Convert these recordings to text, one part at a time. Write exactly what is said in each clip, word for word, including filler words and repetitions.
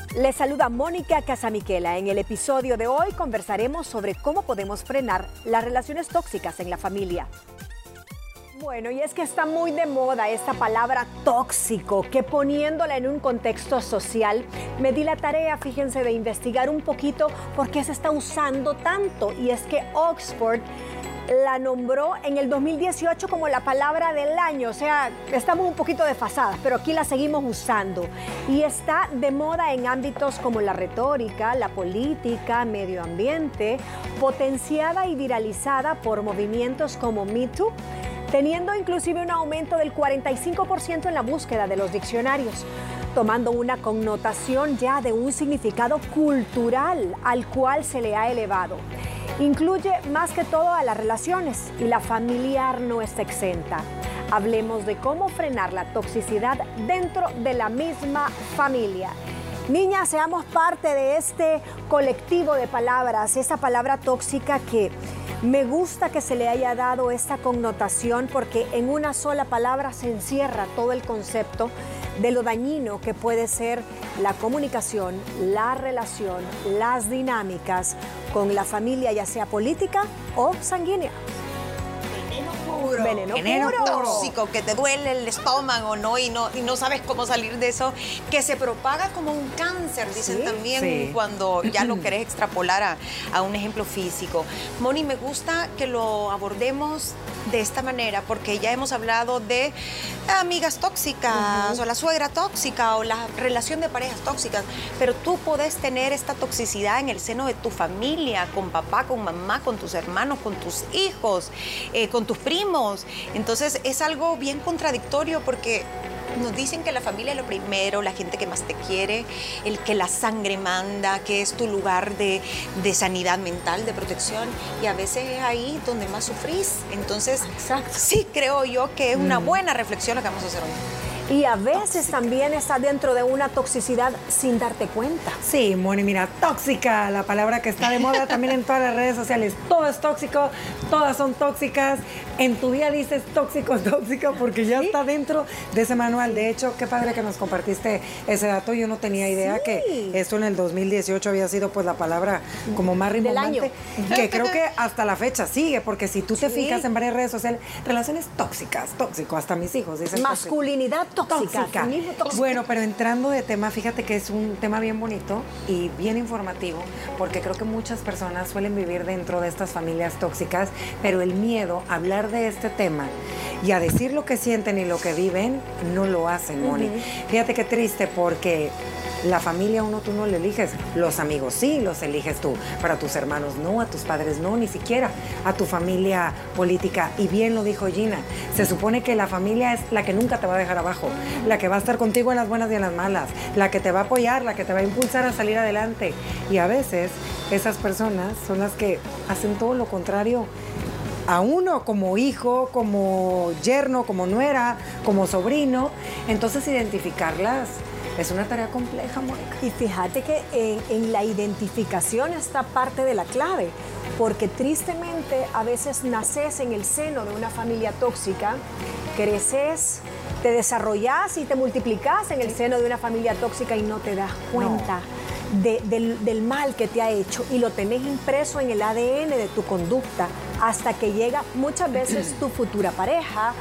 Les saluda Mónica Casamiquela. En el episodio de hoy conversaremos sobre cómo podemos frenar las relaciones tóxicas en la familia. Bueno, y es que está muy de moda esta palabra tóxico, que poniéndola en un contexto social, me di la tarea, fíjense, de investigar un poquito por qué se está usando tanto. Y es que Oxford la nombró en el dos mil dieciocho como la palabra del año. O sea, estamos un poquito desfasadas, pero aquí la seguimos usando. Y está de moda en ámbitos como la retórica, la política, medio ambiente, potenciada y viralizada por movimientos como Me Too, teniendo inclusive un aumento del cuarenta y cinco por ciento en la búsqueda de los diccionarios, tomando una connotación ya de un significado cultural al cual se le ha elevado. Incluye más que todo a las relaciones y la familiar no está exenta. Hablemos de cómo frenar la toxicidad dentro de la misma familia. Niñas, seamos parte de este colectivo de palabras, esa palabra tóxica que me gusta que se le haya dado esta connotación porque en una sola palabra se encierra todo el concepto de lo dañino que puede ser la comunicación, la relación, las dinámicas con la familia, ya sea política o sanguínea. Veneno puro. Veneno, Veneno puro. tóxico, que te duele el estómago, ¿no? Y, no, y no sabes cómo salir de eso, que se propaga como un cáncer, dicen ¿Sí? también, Sí. cuando ya lo querés extrapolar a, a un ejemplo físico. Moni, me gusta que lo abordemos de esta manera, porque ya hemos hablado de amigas tóxicas, uh-huh. o la suegra tóxica, o la relación de parejas tóxicas, pero tú podés tener esta toxicidad en el seno de tu familia, con papá, con mamá, con tus hermanos, con tus hijos, eh, con tus primos. Entonces es algo bien contradictorio porque nos dicen que la familia es lo primero, la gente que más te quiere, el que la sangre manda, que es tu lugar de, de sanidad mental, de protección, y a veces es ahí donde más sufrís. Entonces, Exacto. sí creo yo que es una buena reflexión la que vamos a hacer hoy. Y a veces tóxica. También está dentro de una toxicidad sin darte cuenta. Sí, Moni, mira, tóxica, la palabra que está de moda también en todas las redes sociales. Todo es tóxico, todas son tóxicas. En tu día dices tóxico, tóxico, porque ya ¿sí? está dentro de ese manual. De hecho, qué padre que nos compartiste ese dato. Yo no tenía idea sí. que esto en el dos mil dieciocho había sido pues la palabra como más rimbombante. Que creo que hasta la fecha sigue, porque si tú te sí. fijas en varias redes sociales, relaciones tóxicas, tóxico, hasta mis hijos dicen masculinidad tóxica. Tóxica. Tóxica. Bueno, pero entrando de tema, fíjate que es un tema bien bonito y bien informativo, porque creo que muchas personas suelen vivir dentro de estas familias tóxicas, pero el miedo a hablar de este tema y a decir lo que sienten y lo que viven, no lo hacen, Moni. Uh-huh. Fíjate qué triste, porque la familia uno tú no le eliges, los amigos sí los eliges tú, para tus hermanos no, a tus padres no, ni siquiera a tu familia política. Y bien lo dijo Gina, se supone que la familia es la que nunca te va a dejar abajo, la que va a estar contigo en las buenas y en las malas, la que te va a apoyar, la que te va a impulsar a salir adelante. Y a veces esas personas son las que hacen todo lo contrario a uno, como hijo, como yerno, como nuera, como sobrino. Entonces identificarlas es una tarea compleja, Mónica. Y fíjate que en, en la identificación está parte de la clave, porque tristemente a veces naces en el seno de una familia tóxica, creces, te desarrollas y te multiplicas en el seno de una familia tóxica y no te das cuenta no. de, del, del mal que te ha hecho, y lo tenés impreso en el A D N de tu conducta hasta que llega muchas veces tu futura pareja,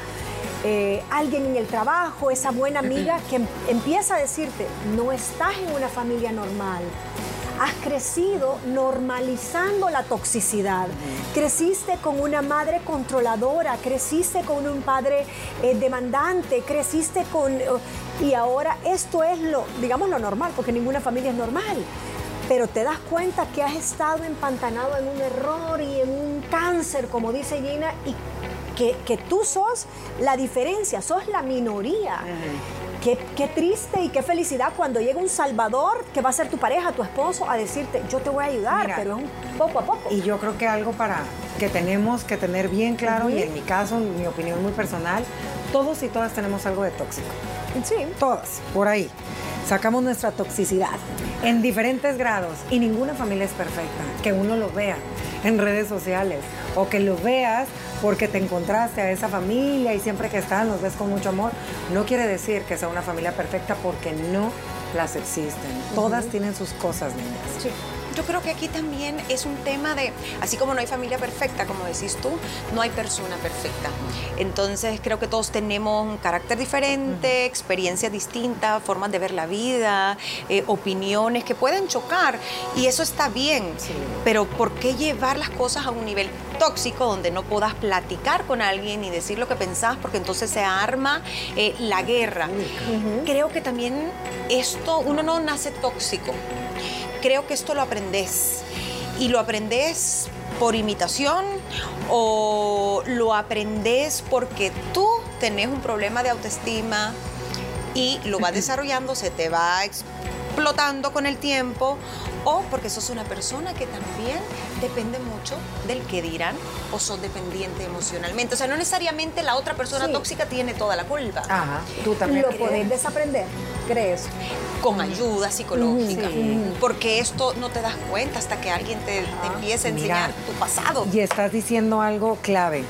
Eh, alguien en el trabajo, esa buena amiga que em- empieza a decirte, no estás en una familia normal. Has crecido normalizando la toxicidad. Creciste con una madre controladora, creciste con un padre eh, demandante, creciste con... Uh, y ahora esto es lo, digamos, lo normal, porque ninguna familia es normal. Pero te das cuenta que has estado empantanado en un error y en un cáncer, como dice Gina, y Que, que tú sos la diferencia, sos la minoría. Uh-huh. Qué, qué triste y qué felicidad cuando llega un salvador que va a ser tu pareja, tu esposo, a decirte, yo te voy a ayudar. Mira, pero es un poco a poco. Y yo creo que algo para que tenemos que tener bien claro, uh-huh. y en mi caso, en mi opinión muy personal, todos y todas tenemos algo de tóxico. Sí. Todas, por ahí. Sacamos nuestra toxicidad en diferentes grados y ninguna familia es perfecta. Que uno lo vea en redes sociales o que lo veas porque te encontraste a esa familia y siempre que están los ves con mucho amor, no quiere decir que sea una familia perfecta, porque no las existen. Uh-huh. Todas tienen sus cosas, niñas. Sí. Yo creo que aquí también es un tema de, así como no hay familia perfecta, como decís tú, no hay persona perfecta. Entonces creo que todos tenemos un carácter diferente, uh-huh. experiencias distintas, formas de ver la vida, eh, opiniones que pueden chocar y eso está bien. Sí. Pero ¿por qué llevar las cosas a un nivel tóxico donde no puedas platicar con alguien y decir lo que pensás porque entonces se arma eh, la guerra? Uh-huh. Creo que también esto, uno no nace tóxico. Creo que esto lo aprendes y lo aprendes por imitación o lo aprendes porque tú tenés un problema de autoestima y lo vas desarrollando, se te va explotando con el tiempo o porque sos una persona que también depende mucho del que dirán o sos dependiente emocionalmente. O sea, no necesariamente la otra persona sí. tóxica tiene toda la culpa. Ajá, tú también. Lo podés desaprender, ¿crees? Con ayuda psicológica, sí. porque esto no te das cuenta hasta que alguien te, te empiece a enseñar Mira, tu pasado. Y estás diciendo algo clave.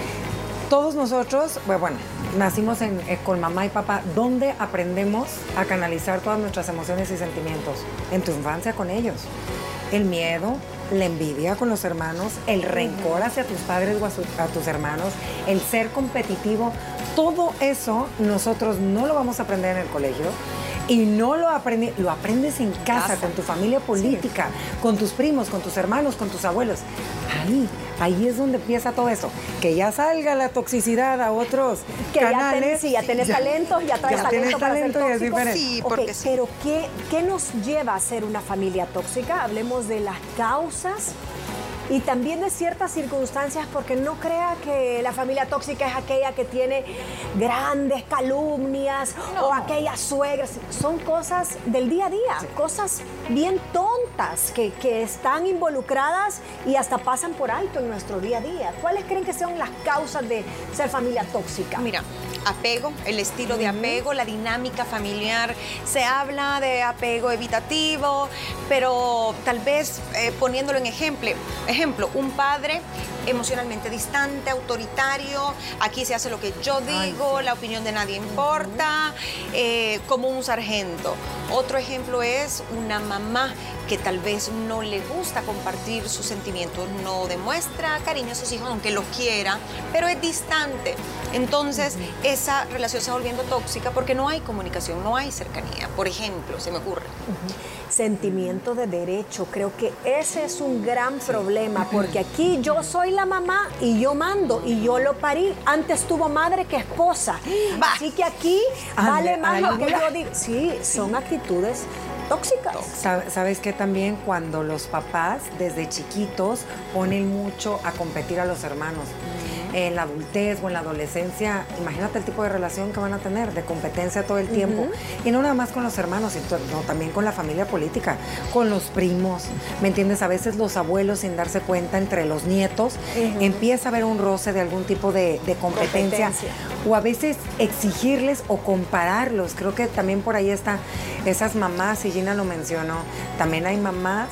Todos nosotros, bueno, nacimos en, eh, con mamá y papá. ¿Dónde aprendemos a canalizar todas nuestras emociones y sentimientos? En tu infancia con ellos. El miedo, la envidia con los hermanos, el rencor hacia tus padres o a, su, a tus hermanos, el ser competitivo. Todo eso nosotros no lo vamos a aprender en el colegio. Y no lo aprendes, lo aprendes en casa, casa, con tu familia política, sí. con tus primos, con tus hermanos, con tus abuelos. Ahí, ahí es donde empieza todo eso. Que ya salga la toxicidad a otros que canales. Ya tenés, sí, ya tenés ya, talento, ya traes ya talento para talento ser y es tóxico. diferente. Sí, porque okay, sí. Pero ¿qué, ¿qué nos lleva a ser una familia tóxica? Hablemos de las causas. Y también de ciertas circunstancias, porque no crea que la familia tóxica es aquella que tiene grandes calumnias no. o aquellas suegras. Son cosas del día a día, sí. cosas bien tontas que, que están involucradas y hasta pasan por alto en nuestro día a día. ¿Cuáles creen que son las causas de ser familia tóxica? Mira, apego, el estilo de apego, la dinámica familiar. Se habla de apego evitativo, pero tal vez eh, poniéndolo en ejemplo, ejemplo, un padre emocionalmente distante, autoritario, aquí se hace lo que yo digo, Ay, sí. la opinión de nadie importa, eh, como un sargento. Otro ejemplo es una mamá que tal vez no le gusta compartir sus sentimientos, no demuestra cariño a sus hijos, aunque los quiera, pero es distante. Entonces, uh-huh. esa relación se va volviendo tóxica porque no hay comunicación, no hay cercanía. Por ejemplo, se me ocurre. Uh-huh. Sentimiento de derecho, creo que ese es un gran sí. problema, porque aquí yo soy la mamá y yo mando y yo lo parí. Antes tuvo madre que esposa. Va. Así que aquí vale más lo que yo digo. Sí, son actitudes tóxicas. ¿Sabes qué? También cuando los papás desde chiquitos ponen mucho a competir a los hermanos. Uh-huh. En la adultez o en la adolescencia, imagínate el tipo de relación que van a tener, de competencia todo el tiempo. Uh-huh. Y no nada más con los hermanos, sino también con la familia política, con los primos. ¿Me entiendes? A veces los abuelos, sin darse cuenta, entre los nietos, uh-huh. empieza a haber un roce de algún tipo de, de competencia, competencia. O a veces exigirles o compararlos. Creo que también por ahí está esas mamás, y Gina lo mencionó, también hay mamás,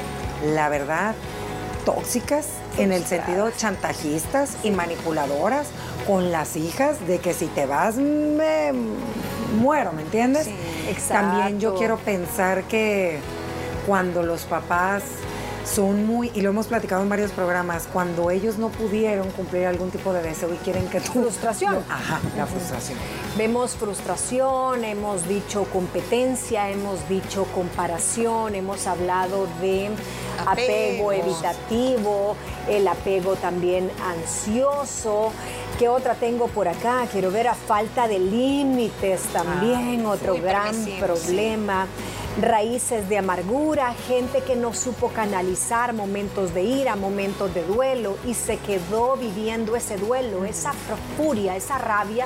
la verdad, tóxicas, en el sentido chantajistas y manipuladoras con las hijas, de que si te vas me muero, ¿me entiendes? Sí, exacto. También yo quiero pensar que cuando los papás son muy, y lo hemos platicado en varios programas, cuando ellos no pudieron cumplir algún tipo de deseo y quieren que tú... Frustración. No, ajá, la frustración. Vemos frustración, hemos dicho competencia, hemos dicho comparación, hemos hablado de apego, apego evitativo, el apego también ansioso. ¿Qué otra tengo por acá? Quiero ver a falta de límites también, ah, otro gran problema. Raíces de amargura, gente que no supo canalizar momentos de ira, momentos de duelo y se quedó viviendo ese duelo, esa furia, esa rabia,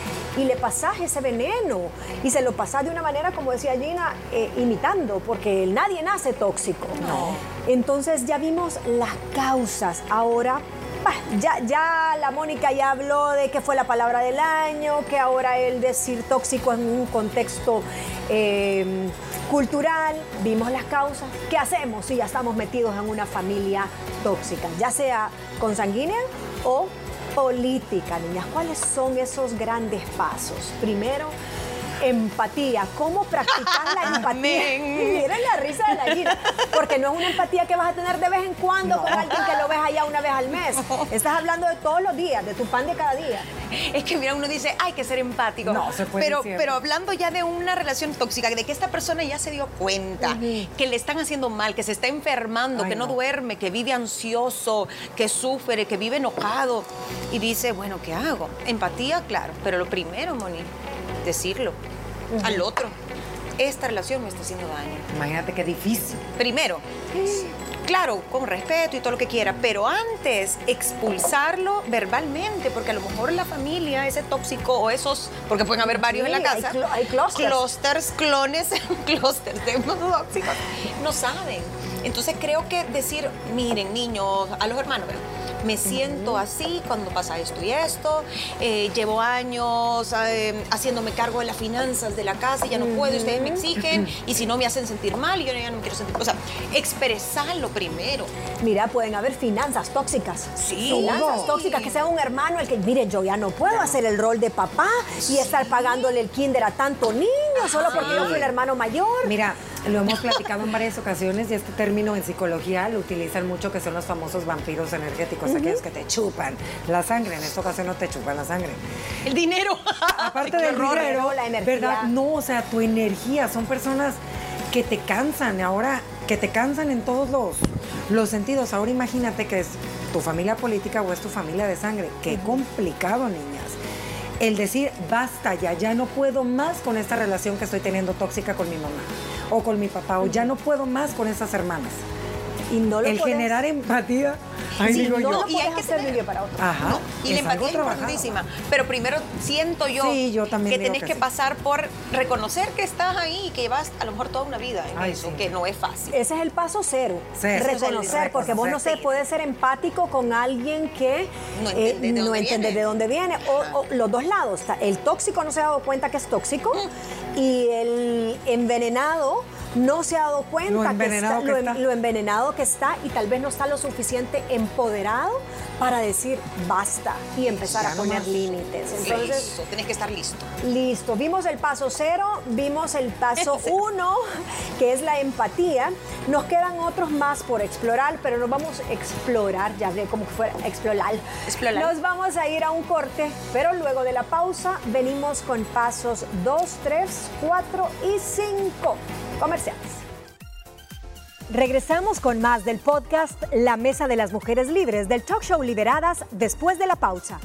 y le pasás ese veneno y se lo pasás de una manera, como decía Gina, eh, imitando, porque nadie nace tóxico. No. Entonces ya vimos las causas. Ahora Ya, ya la Mónica ya habló de que fue la palabra del año, que ahora el decir tóxico en un contexto eh, cultural. Vimos las causas. ¿Qué hacemos si ya estamos metidos en una familia tóxica? Ya sea consanguínea o política, niñas. ¿Cuáles son esos grandes pasos? Primero, empatía. ¿Cómo practicar la empatía? Amén. Miren la risa de la Gina. Porque no es una empatía que vas a tener de vez en cuando No. con alguien que lo ves allá una vez al mes. Estás hablando de todos los días, de tu pan de cada día. Es que mira, uno dice, hay que ser empático. No, se puede pero, siempre. pero hablando ya de una relación tóxica, de que esta persona ya se dio cuenta, Ujú. que le están haciendo mal, que se está enfermando, Ay, que no, no. duerme, que vive ansioso, que sufre, que vive enojado. Y dice, bueno, ¿qué hago? Empatía, claro. Pero lo primero, Moni, decirlo al otro. Esta relación me está haciendo daño. Imagínate qué difícil. Primero, claro, con respeto y todo lo que quiera, pero antes expulsarlo verbalmente, porque a lo mejor la familia, ese tóxico o esos, porque pueden haber varios Sí, en la hay casa, clo- hay clústers. clústers, clones, clústers de tóxicos, no saben. Entonces creo que decir, miren niños, a los hermanos, ¿verdad? Me siento así cuando pasa esto y esto, eh, llevo años eh, haciéndome cargo de las finanzas de la casa y ya no puedo, y ustedes me exigen, y si no me hacen sentir mal, y yo ya no me quiero sentir, o sea, expresarlo primero. Mira, pueden haber finanzas tóxicas. Sí. Finanzas Sí. tóxicas, que sea un hermano el que, mire, yo ya no puedo hacer el rol de papá y estar pagándole el kinder a tanto niño solo porque yo soy el hermano mayor. Mira, lo hemos platicado en varias ocasiones y este término en psicología lo utilizan mucho, que son los famosos vampiros energéticos, aquellos que te chupan la sangre. En esta ocasión no te chupan la sangre. El dinero. Aparte Ay, qué del horror. dinero, la energía. ¿verdad? No, o sea, tu energía. Son personas que te cansan ahora, que te cansan en todos los, los sentidos. Ahora imagínate que es tu familia política o es tu familia de sangre. Qué complicado, niñas. El decir, basta ya, ya no puedo más con esta relación que estoy teniendo tóxica con mi mamá o con mi papá, o ya no puedo más con esas hermanas. Y no lo El puedes- generar empatía, ay, Sí, digo no yo. lo Y hay puedes que hacer tener- vivir para otro. Ajá, No, y la es algo empatía es trabajado. importantísima. Pero primero siento yo, Sí, yo también que digo tenés que que, sí. pasar por reconocer que estás ahí y que llevas a lo mejor toda una vida en Ay, eso, sí. que no es fácil. Ese es el paso cero. Sí, ese es el reconocer, porque vos no reconocer. sé, puedes ser empático con alguien que No eh, entiende de no dónde entiende viene. de dónde viene. O, o los dos lados. Está- El tóxico no se ha dado cuenta que es tóxico y el envenenado no se ha dado cuenta Lo que envenenado está, que lo, está. lo envenenado que está, y tal vez no está lo suficiente empoderado para decir basta y empezar Ya a no poner más. límites. Entonces, Eso, tienes que estar listo. listo, vimos el paso cero, vimos el paso uno, que es la empatía. Nos quedan otros más por explorar, pero nos vamos a explorar, ya ve como que fuera explorar. Explorar. Nos vamos a ir a un corte, pero luego de la pausa venimos con pasos dos, tres, cuatro y cinco. Comerciales. Regresamos con más del podcast La Mesa de las Mujeres Libres, del talk show Liberadas, después de la pausa.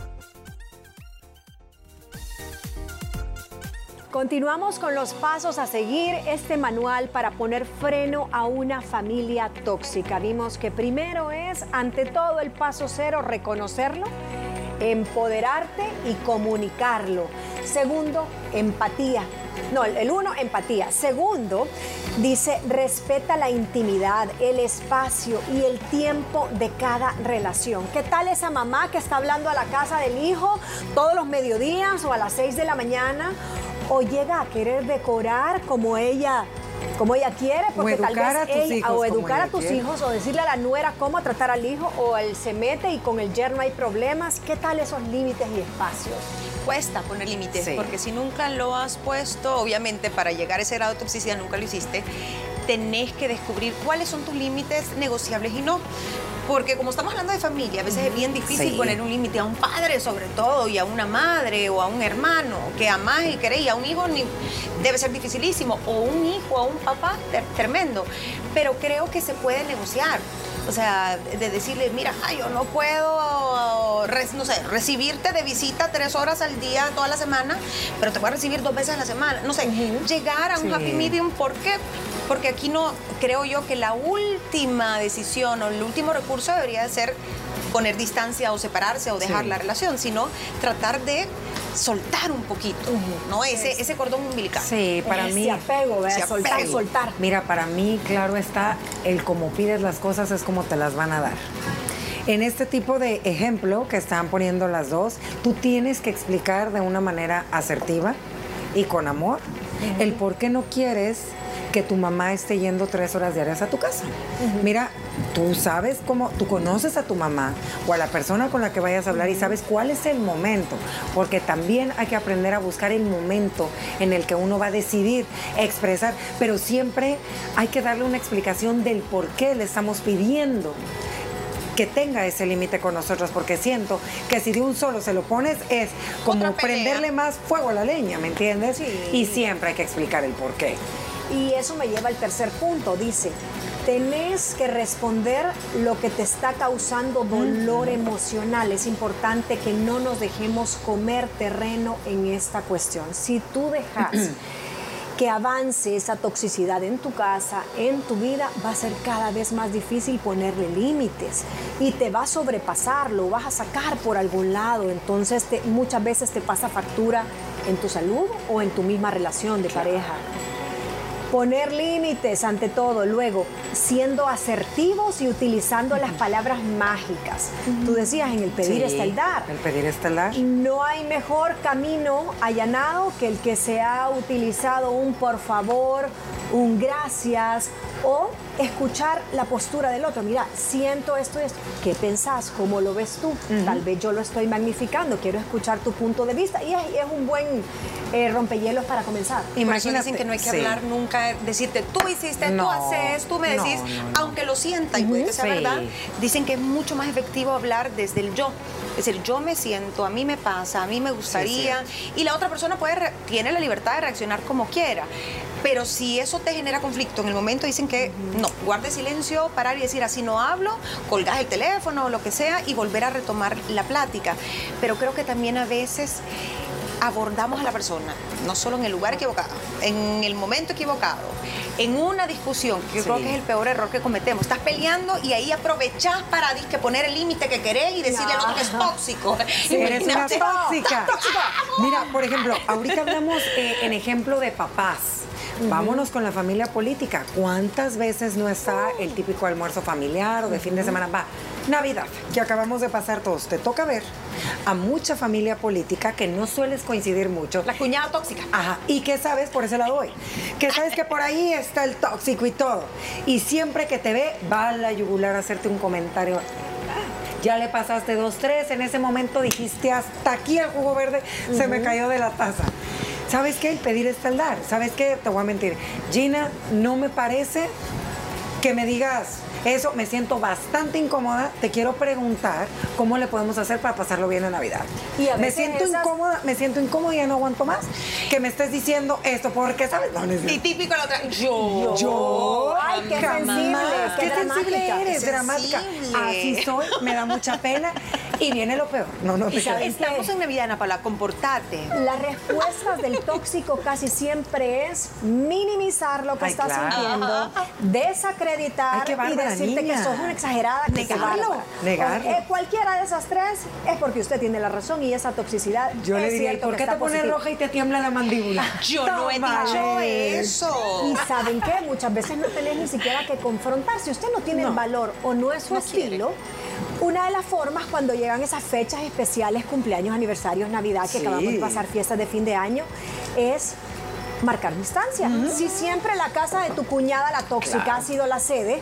Continuamos con los pasos a seguir, este manual para poner freno a una familia tóxica. Vimos que primero es, ante todo, el paso cero, reconocerlo, empoderarte y comunicarlo. Segundo, empatía. No, el uno, empatía. Segundo, dice, respeta la intimidad, el espacio y el tiempo de cada relación. ¿Qué tal esa mamá que está hablando a la casa del hijo todos los mediodías o a las seis de la mañana? O llega a querer decorar como ella, como ella quiere, porque tal educar vez a tus ella- hijos o como educar a ella tus quiere. hijos, o decirle a la nuera cómo tratar al hijo, o él se mete y con el yerno hay problemas. ¿Qué tal esos límites y espacios? Cuesta poner límites, Sí. porque si nunca lo has puesto, obviamente para llegar a ese grado de toxicidad nunca lo hiciste, tenés que descubrir cuáles son tus límites negociables y no. Porque como estamos hablando de familia, a veces es bien difícil Sí. poner un límite a un padre sobre todo, y a una madre o a un hermano que amás y querés, y a un hijo ni- debe ser dificilísimo, o un hijo, a un papá, ter- tremendo. Pero creo que se puede negociar. O sea, de decirle, mira, ay, yo no puedo, res- no sé, recibirte de visita tres horas al día toda la semana, pero te voy a recibir dos veces a la semana. No sé, llegar a un Sí. happy medium. ¿Por qué? Porque aquí no, creo yo que la última decisión o el último recurso debería de ser poner distancia o separarse o dejar Sí. la relación, sino tratar de soltar un poquito, ¿no? Ese, ese cordón umbilical. Sí, para Ese mí. apego, ¿verdad? ese soltar, apego. soltar. Mira, para mí, claro está, el cómo pides las cosas es como te las van a dar. En este tipo de ejemplo que están poniendo las dos, tú tienes que explicar de una manera asertiva y con amor el por qué no quieres que tu mamá esté yendo tres horas diarias a tu casa. Mira, tú sabes cómo, tú conoces a tu mamá o a la persona con la que vayas a hablar y sabes cuál es el momento, porque también hay que aprender a buscar el momento en el que uno va a decidir expresar, pero siempre hay que darle una explicación del por qué le estamos pidiendo que tenga ese límite con nosotros, porque siento que si de un solo se lo pones es como prenderle más fuego a la leña, ¿me entiendes? Sí. Y siempre hay que explicar el por qué. Y eso me lleva al tercer punto, dice, tenés que responder lo que te está causando dolor uh-huh. emocional. Es importante que no nos dejemos comer terreno en esta cuestión. Si tú dejas que avance esa toxicidad en tu casa, en tu vida, va a ser cada vez más difícil ponerle límites y te va a sobrepasar, lo vas a sacar por algún lado. Entonces te, muchas veces te pasa factura en tu salud o en tu misma relación de claro. pareja. Poner límites ante todo, luego siendo asertivos y utilizando uh-huh. las palabras mágicas. Uh-huh. Tú decías, en el pedir sí, está el dar. El pedir está el dar. No hay mejor camino allanado que el que se ha utilizado un por favor, un gracias o escuchar la postura del otro. Mira, siento esto y esto. ¿Qué pensás? ¿Cómo lo ves tú? Uh-huh. Tal vez yo lo estoy magnificando. Quiero escuchar tu punto de vista. Y es, es un buen eh, rompehielos para comenzar. Imagínate, dicen que no hay que sí. hablar nunca, decirte tú hiciste, no, tú haces, tú me decís, no, no, no. aunque lo sienta y puede que sea sí. verdad. Dicen que es mucho más efectivo hablar desde el yo. Es decir, yo me siento, a mí me pasa, a mí me gustaría. Sí, sí. Y la otra persona puede tiene la libertad de reaccionar como quiera. Pero si eso te genera conflicto en el momento, dicen que uh-huh. no, guarde silencio, parar y decir así no hablo, colgás el teléfono o lo que sea y volver a retomar la plática. Pero creo que también a veces abordamos a la persona, no solo en el lugar equivocado, en el momento equivocado, en una discusión, que yo sí. creo que es el peor error que cometemos. Estás peleando y ahí aprovechás para disque poner el límite que querés y decirle al otro que es tóxico. Sí, eres una tóxica. Mira, por ejemplo, ahorita hablamos eh, en ejemplo de papás. Uh-huh. Vámonos con la familia política. ¿Cuántas veces no está el típico almuerzo familiar o de uh-huh. fin de semana? Va, Navidad, que acabamos de pasar todos. Te toca ver a mucha familia política que no sueles coincidir mucho. La cuñada tóxica. Ajá. ¿Y qué sabes? Por ese lado hoy. Que sabes que por ahí está el tóxico y todo. Y siempre que te ve, va a la yugular a hacerte un comentario. Ya le pasaste dos, tres, en ese momento dijiste hasta aquí el jugo verde uh-huh. se me cayó de la taza. ¿Sabes qué? El pedir está el dar. ¿Sabes qué? Te voy a mentir. Gina, no me parece que me digas eso. Me siento bastante incómoda. Te quiero preguntar cómo le podemos hacer para pasarlo bien en Navidad. Y a me siento esas... incómoda, me siento incómoda y ya no aguanto más. Que me estés diciendo esto, porque, ¿sabes? No, y típico la otra. Yo. Yo. Ay, qué sensible. Qué, qué sensible eres, qué dramática. sensible. Así soy, me da mucha pena. Y viene lo peor. No, no te Estamos en Navidad, Ana Paula, comportate. La respuesta del tóxico casi siempre es minimizar lo que Ay, estás claro. sintiendo, desacreditar Ay, y decirte niña. que sos una exagerada. Que Negarlo. Negarlo. Eh, cualquiera de esas tres es porque usted tiene la razón y esa toxicidad Yo es le diría, cierto ¿por que qué te está pones positiva. roja y te tiembla la mandíbula? Yo no he dicho eso. Y ¿saben qué? Muchas veces no tenés ni siquiera que confrontar. Si usted no tiene No. el valor o no es su No estilo, quiere. una de las formas cuando llegan esas fechas especiales, cumpleaños, aniversarios, Navidad, que Sí. acabamos de pasar fiestas de fin de año, es marcar distancia. Uh-huh. Si siempre la casa de tu cuñada, la tóxica, Claro. ha sido la sede,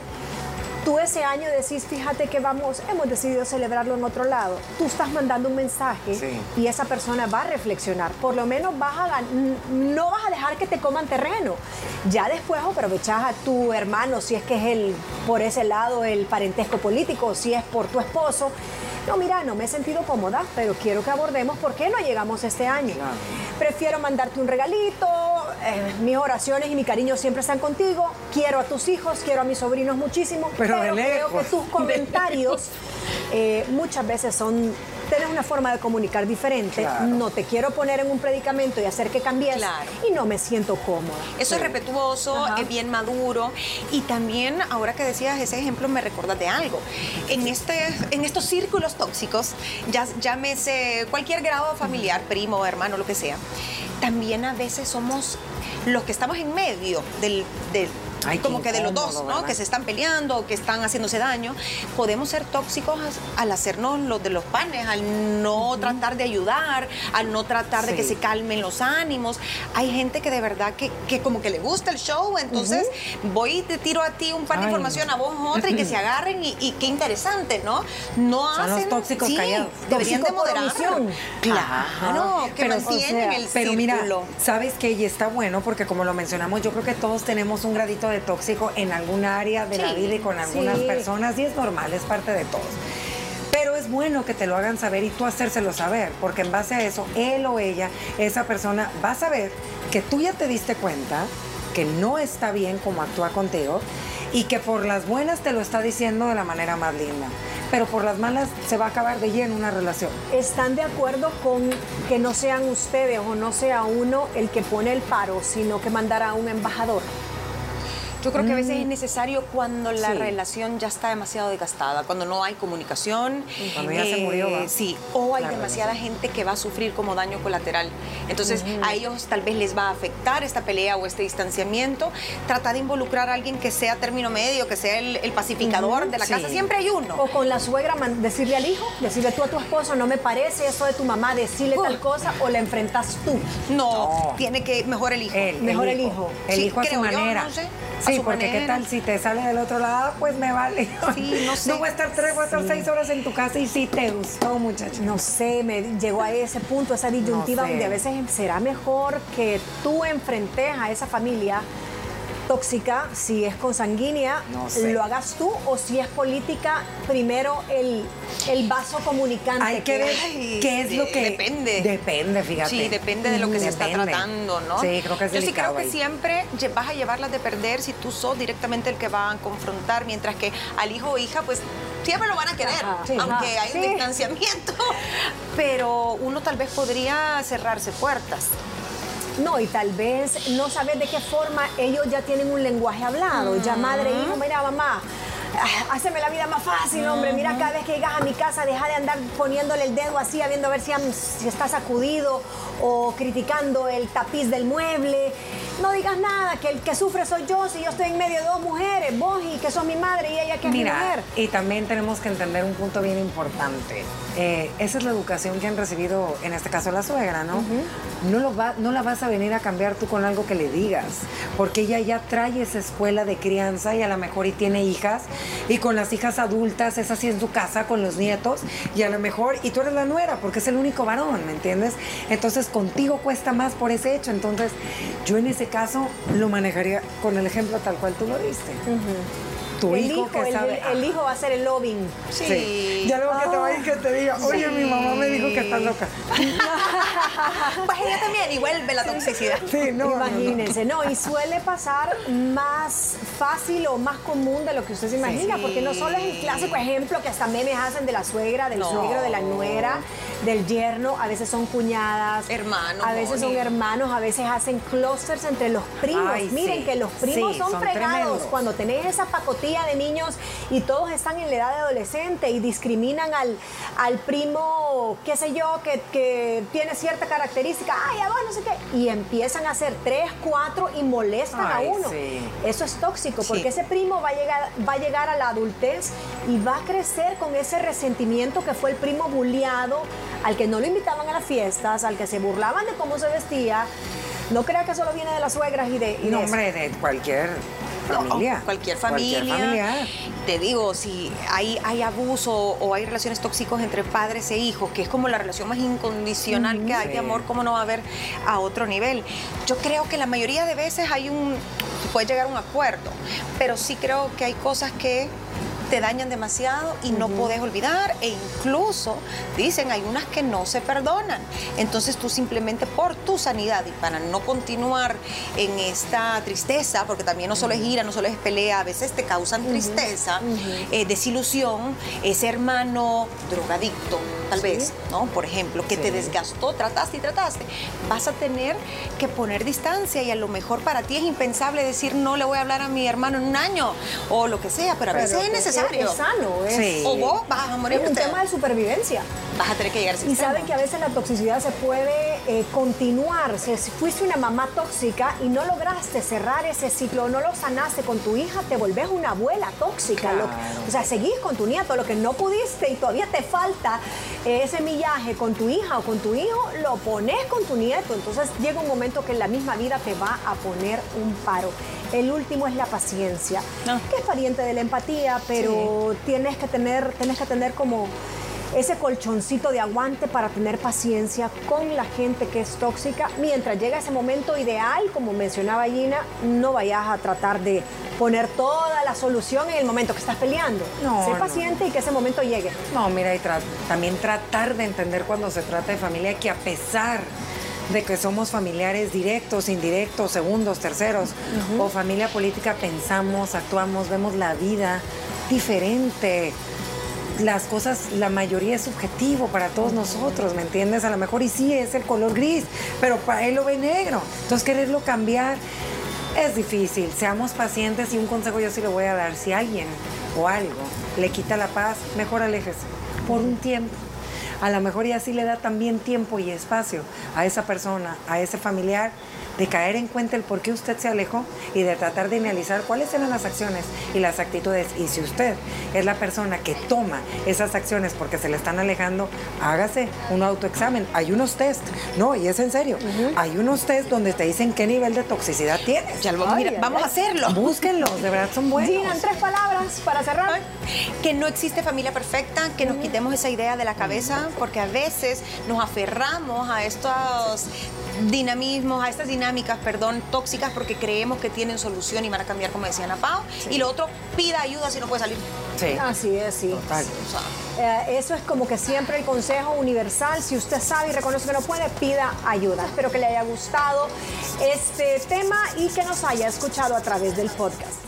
tú ese año decís, fíjate que vamos, hemos decidido celebrarlo en otro lado. Tú estás mandando un mensaje Sí. y esa persona va a reflexionar. Por lo menos vas a gan- no vas a dejar que te coman terreno. Ya después aprovechás a tu hermano, si es que es el por ese lado el parentesco político, si es por tu esposo. No, mira, no me he sentido cómoda, pero quiero que abordemos por qué no llegamos este año. Claro. Prefiero mandarte un regalito, eh, mis oraciones y mi cariño siempre están contigo, quiero a tus hijos, quiero a mis sobrinos muchísimo, Pero pero, de creo lejos. que tus comentarios eh, muchas veces son... Tienes una forma de comunicar diferente, Claro. no te quiero poner en un predicamento y hacer que cambies Claro. y no me siento cómoda. Eso es respetuoso, Ajá. es bien maduro. Y también, ahora que decías ese ejemplo, me recuerdas de algo. En, este, en estos círculos tóxicos, ya, llámese cualquier grado familiar, primo, hermano, lo que sea, también a veces somos los que estamos en medio del, del Ay, como que de los dos, incómodo, ¿no? ¿verdad? Que se están peleando, que están haciéndose daño, podemos ser tóxicos al hacernos los de los panes, al no uh-huh. tratar de ayudar, al no tratar sí. de que se calmen los ánimos. Hay gente que de verdad que, que como que le gusta el show, entonces uh-huh. voy y te tiro a ti un par de Ay. información, a vos otra, y que se agarren, y, y qué interesante, ¿no? No Son hacen... los tóxicos sí, callados. Deberían de moderar. Claro, que pero, mantienen o sea, el pero círculo. Mira, ¿sabes qué? Y está bueno porque como lo mencionamos, yo creo que todos tenemos un gradito de tóxico en algún área de sí, la vida y con algunas sí. personas, y es normal, es parte de todos. Pero es bueno que te lo hagan saber y tú hacérselo saber, porque en base a eso, él o ella, esa persona va a saber que tú ya te diste cuenta que no está bien como actúa contigo y que por las buenas te lo está diciendo de la manera más linda, pero por las malas se va a acabar de lleno una relación. ¿Están de acuerdo con que no sean ustedes o no sea uno el que pone el paro, sino que mandar a un embajador? Yo creo que a veces es necesario cuando la sí. relación ya está demasiado desgastada, cuando no hay comunicación. Cuando ya eh, se murió, ¿va? Sí, o hay la demasiada relación. gente que va a sufrir como daño colateral. Entonces, uh-huh. a ellos tal vez les va a afectar esta pelea o este distanciamiento. Trata de involucrar a alguien que sea término medio, que sea el, el pacificador uh-huh. de la sí. casa. Siempre hay uno. O con la suegra, decirle al hijo, decirle tú a tu esposo, no me parece eso de tu mamá, decirle uh. tal cosa, o la enfrentas tú. No, no, tiene que, mejor el hijo. El, mejor el hijo. hijo, el sí, hijo a su manera. Yo, no sé, sí, su porque manera. qué tal si te sale del otro lado, pues me vale. Sí, no sé. No voy a estar tres, voy a estar sí. seis horas en tu casa y sí te gustó, muchacho. No sé, me llegó a ese punto, esa disyuntiva no sé. donde a veces será mejor que tú enfrentes a esa familia tóxica, si es consanguínea, no sé. lo hagas tú, o si es política, primero el, el vaso comunicante. Hay que ver Ay, qué es sí, lo que... Depende. Depende, fíjate. Sí, depende de lo que depende. se está tratando, ¿no? Sí, creo que es Yo sí delicado creo que ahí. siempre vas a llevarlas de perder si tú sos directamente el que va a confrontar, mientras que al hijo o hija, pues, siempre lo van a querer, Ajá, sí, aunque ajá, hay sí. un distanciamiento. Pero uno tal vez podría cerrarse puertas. No, y tal vez no sabes de qué forma ellos ya tienen un lenguaje hablado. Uh-huh. Ya madre, hijo, mira, mamá, háceme la vida más fácil, uh-huh. hombre. Mira, cada vez que llegas a mi casa, deja de andar poniéndole el dedo así, a viendo a ver si, si está sacudido o criticando el tapiz del mueble. No digas nada, que el que sufre soy yo, si yo estoy en medio de dos mujeres, vos y que sos mi madre y ella que es Mira, mi mujer. Y también tenemos que entender un punto bien importante. Eh, esa es la educación que han recibido, en este caso la suegra, ¿no? Uh-huh. No, lo va, no la vas a venir a cambiar tú con algo que le digas, porque ella ya trae esa escuela de crianza y a lo mejor y tiene hijas, y con las hijas adultas es así en su casa con los nietos, y a lo mejor, y tú eres la nuera, porque es el único varón, ¿me entiendes? Entonces contigo cuesta más por ese hecho. Entonces yo en ese caso lo manejaría con el ejemplo tal cual tú lo diste. Uh-huh. Tu el hijo, hijo que el, sabe. el hijo va a ser el lobbying. Sí. sí. Ya luego que te vaya y que te diga, oye, sí. mi mamá me dijo que estás loca. Pues ella también, y vuelve la toxicidad. Sí, no, Imagínense, no, no. no, y suele pasar más fácil o más común de lo que usted se imagina, sí. porque no solo es el clásico ejemplo que hasta memes hacen de la suegra, del no. suegro, de la nuera, del yerno, a veces son cuñadas, hermanos, a veces son hermanos, a veces hacen clústeres entre los primos. Ay, Miren sí. que los primos Sí, son, son fregados tremendos. cuando tenés esa pacotilla de niños y todos están en la edad de adolescente y discriminan al, al primo, qué sé yo, que, que tiene cierta característica, ay, a vos no sé qué, y empiezan a hacer tres, cuatro y molestan Ay, a uno. sí. Eso es tóxico, Sí. porque ese primo va a, llegar, va a llegar a la adultez y va a crecer con ese resentimiento que fue el primo bulliado, al que no lo invitaban a las fiestas, al que se burlaban de cómo se vestía. No crea que solo viene de las suegras y de... Y No, de hombre, de cualquier familia. No, cualquier familia. Cualquier familia. Te digo, si hay, hay abuso o hay relaciones tóxicas entre padres e hijos, que es como la relación más incondicional que hay Sí. de amor, ¿cómo no va a haber a otro nivel? Yo creo que la mayoría de veces hay un... puede llegar a un acuerdo, pero sí creo que hay cosas que te dañan demasiado y no uh-huh. podés olvidar, e incluso dicen hay unas que no se perdonan. Entonces tú simplemente por tu sanidad y para no continuar en esta tristeza, porque también no solo es ira, no solo es pelea, a veces te causan tristeza, uh-huh. eh, desilusión, ese hermano drogadicto, tal ¿Sí? vez, ¿no? Por ejemplo, que sí. te desgastó, trataste y trataste, vas a tener que poner distancia y a lo mejor para ti es impensable decir no le voy a hablar a mi hermano en un año o lo que sea, pero a Pero veces es necesario. Es sano, es, Sí. O vos vas a morir. es un tema de supervivencia. Vas a tener que llegar a ese Y extremo. saben que a veces la toxicidad se puede eh, continuar. Si fuiste una mamá tóxica y no lograste cerrar ese ciclo, no lo sanaste con tu hija, te volvés una abuela tóxica. Claro. Lo que, o sea, seguís con tu nieto, lo que no pudiste y todavía te falta eh, ese millaje con tu hija o con tu hijo, lo pones con tu nieto. Entonces llega un momento que la misma vida te va a poner un paro. El último es la paciencia, No. que es pariente de la empatía, pero sí. tienes que tener, tienes que tener como ese colchoncito de aguante para tener paciencia con la gente que es tóxica. Mientras llega ese momento ideal, como mencionaba Gina, no vayas a tratar de poner toda la solución en el momento que estás peleando. No, sé no, paciente no. y que ese momento llegue. No, mira, y tra- también tratar de entender cuando se trata de familia que a pesar de que somos familiares directos, indirectos, segundos, terceros, uh-huh. o familia política, pensamos, actuamos, vemos la vida diferente. Las cosas, la mayoría es subjetivo para todos nosotros, ¿me entiendes? A lo mejor y sí es el color gris, pero para él lo ve negro. Entonces quererlo cambiar es difícil. Seamos pacientes y un consejo yo sí le voy a dar. Si alguien o algo le quita la paz, mejor aléjese por un tiempo. A lo mejor y así le da también tiempo y espacio a esa persona, a ese familiar, de caer en cuenta el por qué usted se alejó y de tratar de analizar cuáles eran las acciones y las actitudes. Y si usted es la persona que toma esas acciones porque se le están alejando, hágase un autoexamen. Hay unos test, no, y es en serio, uh-huh. hay unos test donde te dicen qué nivel de toxicidad tienes. Ya lo, ay, mira, ay, vamos ay. a hacerlo. Búsquenlos, de verdad son buenos. Gina, en tres palabras para cerrar. Ay, que no existe familia perfecta, que nos uh-huh. quitemos esa idea de la cabeza, porque a veces nos aferramos a estos dinamismos, a estas dinámicas, perdón, tóxicas, porque creemos que tienen solución y van a cambiar, como decía Ana Pao. Sí. Y lo otro, pida ayuda si no puede salir. Sí. Así es, sí. Total. Sí, o sea, eh, eso es como que siempre el consejo universal. Si usted sabe y reconoce que no puede, pida ayuda. Espero que le haya gustado este tema y que nos haya escuchado a través del podcast.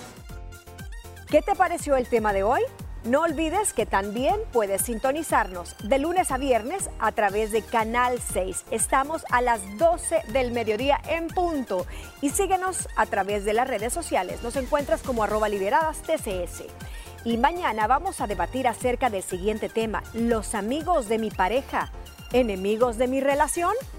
¿Qué te pareció el tema de hoy? No olvides que también puedes sintonizarnos de lunes a viernes a través de Canal seis. Estamos a las doce del mediodía en punto. Y síguenos a través de las redes sociales. Nos encuentras como arroba lideradas T C S. Y mañana vamos a debatir acerca del siguiente tema: los amigos de mi pareja, ¿enemigos de mi relación?